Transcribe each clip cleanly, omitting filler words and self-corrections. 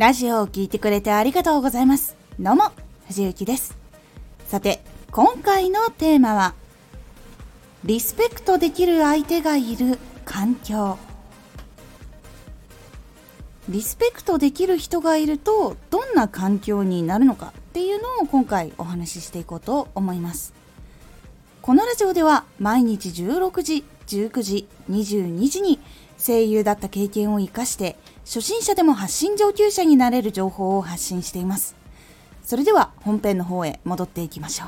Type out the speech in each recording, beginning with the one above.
ラジオを聞いてくれてありがとうございます。どうも、藤幸です。さて、今回のテーマは、リスペクトできる相手がいる環境。リスペクトできる人がいると、どんな環境になるのかっていうのを今回お話ししていこうと思います。このラジオでは毎日16時、19時、22時に声優だった経験を生かして初心者でも発信上級者になれる情報を発信しています。それでは本編の方へ戻っていきましょう。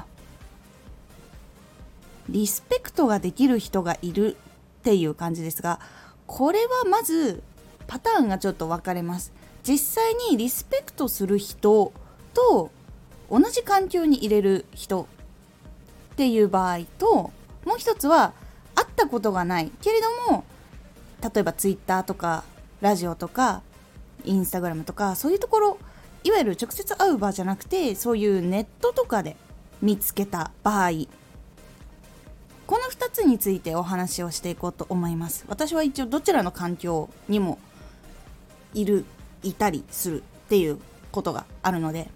リスペクトができる人がいるっていう感じですが、これはまずパターンがちょっと分かれます。実際にリスペクトする人と同じ環境に入れる人っていう場合と、もう一つは会ったことがないけれども、例えばツイッターとかラジオとかインスタグラムとかそういうところ、いわゆる直接会う場じゃなくて、そういうネットとかで見つけた場合、この2つについてお話をしていこうと思います。私は一応どちらの環境にもいたりするっていうことがあるので、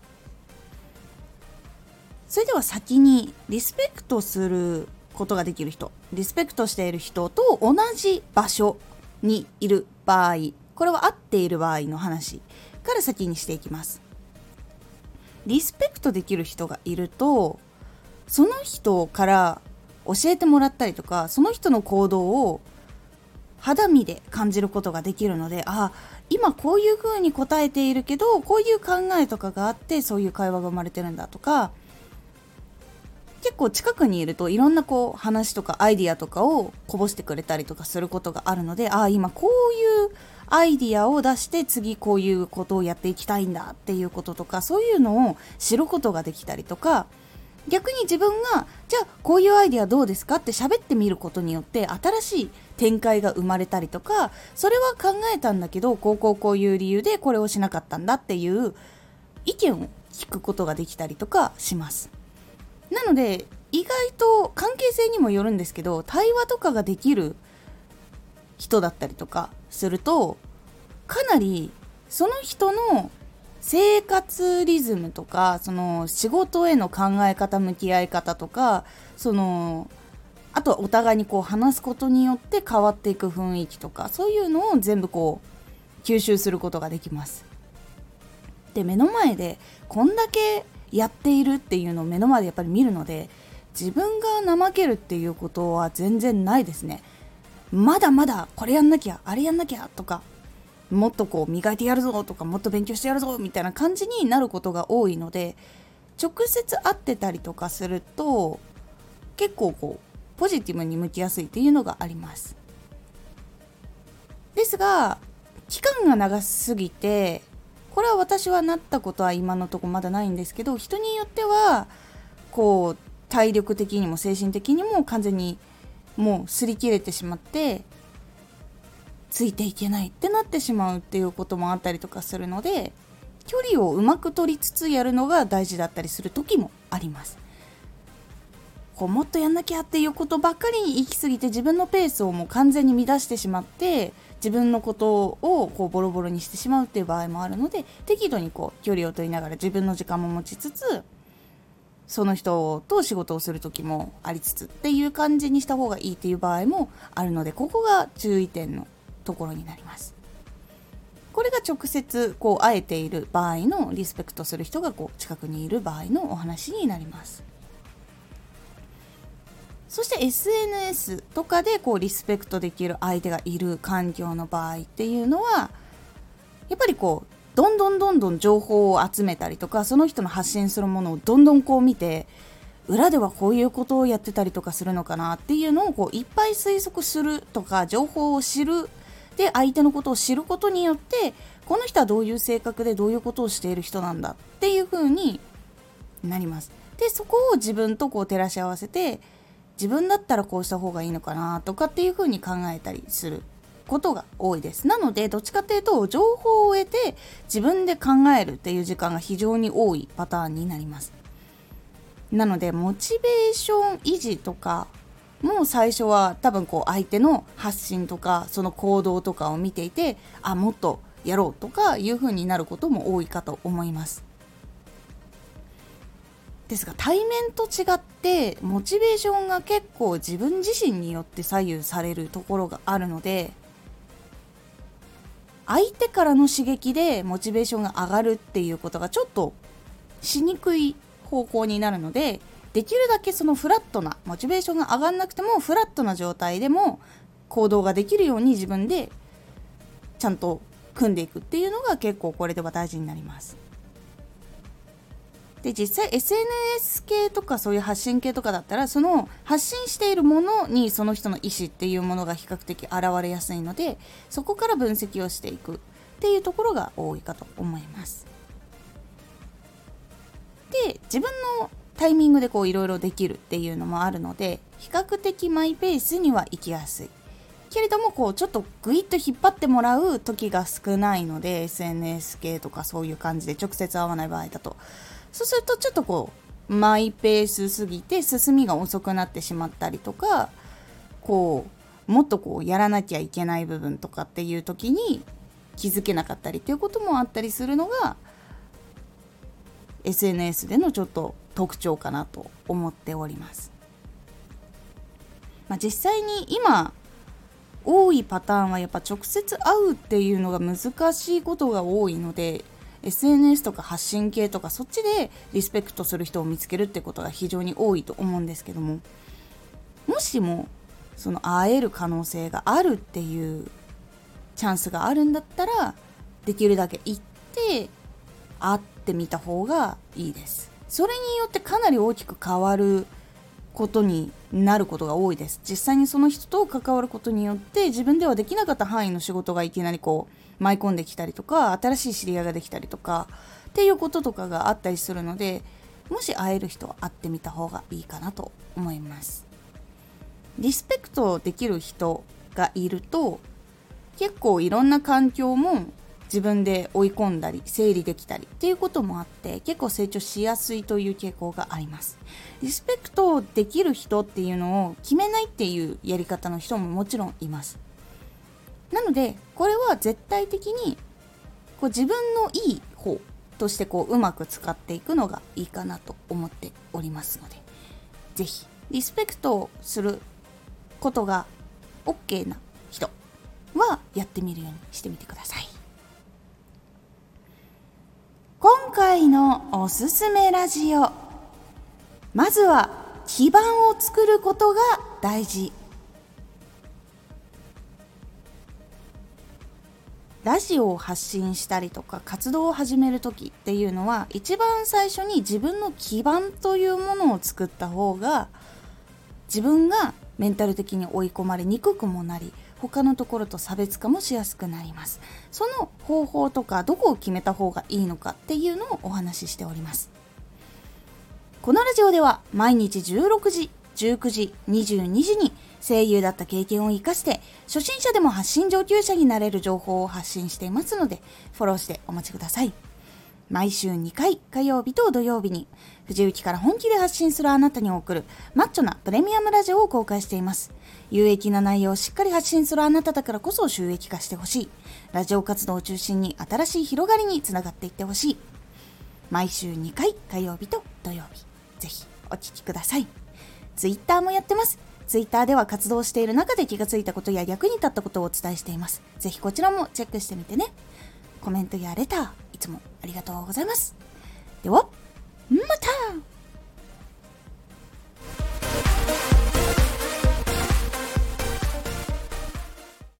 それでは先にリスペクトすることができる人、リスペクトしている人と同じ場所にいる場合、これは合っている場合の話から先にしていきます。リスペクトできる人がいると、その人から教えてもらったりとか、その人の行動を肌身で感じることができるので、今こういう風に答えているけど、こういう考えとかがあってそういう会話が生まれてるんだとか、結構近くにいるといろんな話とかアイディアとかをこぼしてくれたりとかすることがあるので、今こういうアイディアを出して次こういうことをやっていきたいんだっていうこととか、そういうのを知ることができたりとか、逆に自分がじゃあこういうアイディアどうですかって喋ってみることによって新しい展開が生まれたりとか、それは考えたんだけどこういう理由でこれをしなかったんだっていう意見を聞くことができたりとかします。なので意外と関係性にもよるんですけど、対話とかができる人だったりとかすると、かなりその人の生活リズムとか、その仕事への考え方、向き合い方とか、あとはお互いに話すことによって変わっていく雰囲気とか、そういうのを全部吸収することができます。で、目の前でこんだけやっているっていうのを目の前でやっぱり見るので、自分が怠けるっていうことは全然ないですね。まだまだこれやんなきゃあれやんなきゃとか、もっと磨いてやるぞとか、もっと勉強してやるぞみたいな感じになることが多いので、直接会ってたりとかすると結構ポジティブに向きやすいっていうのがあります。ですが期間が長すぎて、これは私はなったことは今のところまだないんですけど、人によっては体力的にも精神的にも完全にもう擦り切れてしまってついていけないってなってしまうっていうこともあったりとかするので、距離をうまく取りつつやるのが大事だったりする時もあります。もっとやんなきゃっていうことばっかりに行き過ぎて、自分のペースをもう完全に乱してしまって、自分のことをボロボロにしてしまうっていう場合もあるので、適度に距離を取りながら自分の時間も持ちつつ、その人と仕事をする時もありつつっていう感じにした方がいいっていう場合もあるので、ここが注意点のところになります。これが直接会えている場合のリスペクトする人が近くにいる場合のお話になります。そして SNS とかでリスペクトできる相手がいる環境の場合っていうのは、やっぱりどんどん情報を集めたりとか、その人の発信するものをどんどん見て、裏ではこういうことをやってたりとかするのかなっていうのをいっぱい推測するとか、情報を知る、で相手のことを知ることによって、この人はどういう性格でどういうことをしている人なんだっていう風になります。でそこを自分と照らし合わせて、自分だったらこうした方がいいのかなとかっていう風に考えたりすることが多いです。なのでどっちかっていうと、情報を得て自分で考えるっていう時間が非常に多いパターンになります。なのでモチベーション維持とかも最初は多分相手の発信とかその行動とかを見ていて、もっとやろうとかいう風になることも多いかと思います。ですが対面と違ってモチベーションが結構自分自身によって左右されるところがあるので、相手からの刺激でモチベーションが上がるっていうことがちょっとしにくい方向になるので、できるだけそのフラットなモチベーションが上がんなくてもフラットな状態でも行動ができるように自分でちゃんと組んでいくっていうのが結構これでは大事になります。で実際 SNS 系とかそういう発信系とかだったら、その発信しているものにその人の意思っていうものが比較的現れやすいので、そこから分析をしていくっていうところが多いかと思います。で自分のタイミングでいろいろできるっていうのもあるので、比較的マイペースには行きやすいけれども、ちょっとグイッと引っ張ってもらう時が少ないので、 SNS 系とかそういう感じで直接会わない場合だと、そうするとちょっとマイペースすぎて進みが遅くなってしまったりとか、もっとやらなきゃいけない部分とかっていう時に気づけなかったりっていうこともあったりするのが SNS でのちょっと特徴かなと思っております。実際に今多いパターンはやっぱ直接会うっていうのが難しいことが多いので、SNS とか発信系とかそっちでリスペクトする人を見つけるってことが非常に多いと思うんですけども、もしもその会える可能性があるっていうチャンスがあるんだったら、できるだけ行って会ってみた方がいいです。それによってかなり大きく変わることになることが多いです。実際にその人と関わることによって自分ではできなかった範囲の仕事がいきなり舞い込んできたりとか、新しい知り合いができたりとかっていうこととかがあったりするので、もし会える人は会ってみた方がいいかなと思います。リスペクトできる人がいると結構いろんな環境も自分で追い込んだり整理できたりっていうこともあって、結構成長しやすいという傾向があります。リスペクトできる人っていうのを決めないっていうやり方の人ももちろんいます。なのでこれは絶対的に自分のいい方としてうまく使っていくのがいいかなと思っておりますので、ぜひリスペクトをすることが OK な人はやってみるようにしてみてください。今回のおすすめラジオ、まずは基盤を作ることが大事。ラジオを発信したりとか活動を始めるときっていうのは、一番最初に自分の基盤というものを作った方が、自分がメンタル的に追い込まれにくくもなり、他のところと差別化もしやすくなります。その方法とかどこを決めた方がいいのかっていうのをお話ししております。このラジオでは毎日16時、19時、22時に声優だった経験を生かして初心者でも発信上級者になれる情報を発信していますので、フォローしてお待ちください。毎週2回、火曜日と土曜日に藤雪から本気で発信するあなたに送るマッチョなプレミアムラジオを公開しています。有益な内容をしっかり発信するあなただからこそ収益化してほしい。ラジオ活動を中心に新しい広がりにつながっていってほしい。毎週2回、火曜日と土曜日、ぜひお聞きください。ツイッターもやってます。ツイッターでは活動している中で気がついたことや役に立ったことをお伝えしています。ぜひこちらもチェックしてみてね。コメントやレターいつもありがとうございます。では